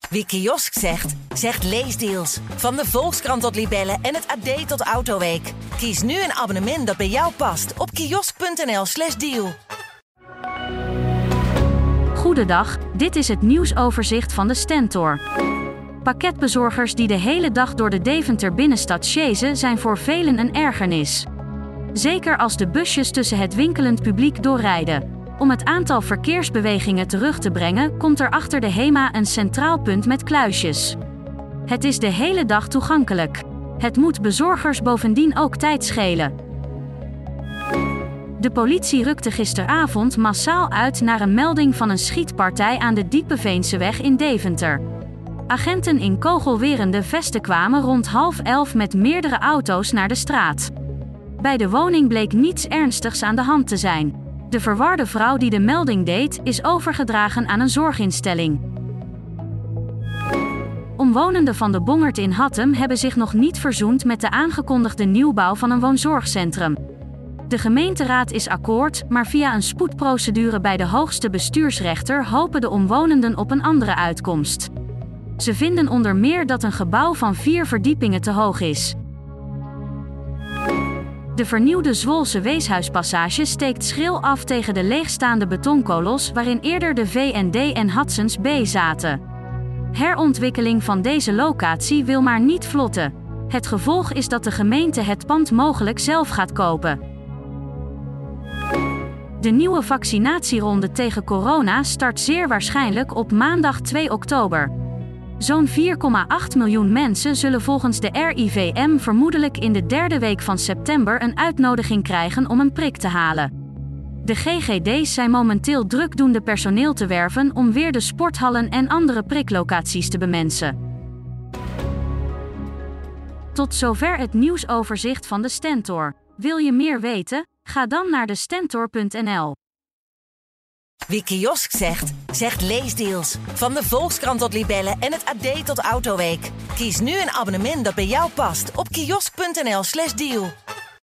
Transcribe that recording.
Wie kiosk zegt, zegt leesdeals. Van de Volkskrant tot Libellen en het AD tot Autoweek. Kies nu een abonnement dat bij jou past op kiosk.nl/deal. Goedendag, dit is het nieuwsoverzicht van de Stentor. Pakketbezorgers die de hele dag door de Deventer binnenstad sjezen zijn voor velen een ergernis. Zeker als de busjes tussen het winkelend publiek doorrijden. Om het aantal verkeersbewegingen terug te brengen, komt er achter de HEMA een centraal punt met kluisjes. Het is de hele dag toegankelijk. Het moet bezorgers bovendien ook tijd schelen. De politie rukte gisteravond massaal uit naar een melding van een schietpartij aan de Diepeveenseweg in Deventer. Agenten in kogelwerende vesten kwamen rond 10:30 met meerdere auto's naar de straat. Bij de woning bleek niets ernstigs aan de hand te zijn. De verwarde vrouw die de melding deed, is overgedragen aan een zorginstelling. Omwonenden van de Bongerd in Hattem hebben zich nog niet verzoend met de aangekondigde nieuwbouw van een woonzorgcentrum. De gemeenteraad is akkoord, maar via een spoedprocedure bij de hoogste bestuursrechter hopen de omwonenden op een andere uitkomst. Ze vinden onder meer dat een gebouw van 4 verdiepingen te hoog is. De vernieuwde Zwolse Weeshuispassage steekt schril af tegen de leegstaande betonkolos waarin eerder de V&D en Hudson's B zaten. Herontwikkeling van deze locatie wil maar niet vlotten. Het gevolg is dat de gemeente het pand mogelijk zelf gaat kopen. De nieuwe vaccinatieronde tegen corona start zeer waarschijnlijk op maandag 2 oktober. Zo'n 4,8 miljoen mensen zullen volgens de RIVM vermoedelijk in de derde week van september een uitnodiging krijgen om een prik te halen. De GGD's zijn momenteel drukdoende personeel te werven om weer de sporthallen en andere priklocaties te bemensen. Tot zover het nieuwsoverzicht van de Stentor. Wil je meer weten? Ga dan naar de Stentor.nl. Wie kiosk zegt, zegt leesdeals. Van de Volkskrant tot Libellen en het AD tot Autoweek. Kies nu een abonnement dat bij jou past op kiosk.nl/deal.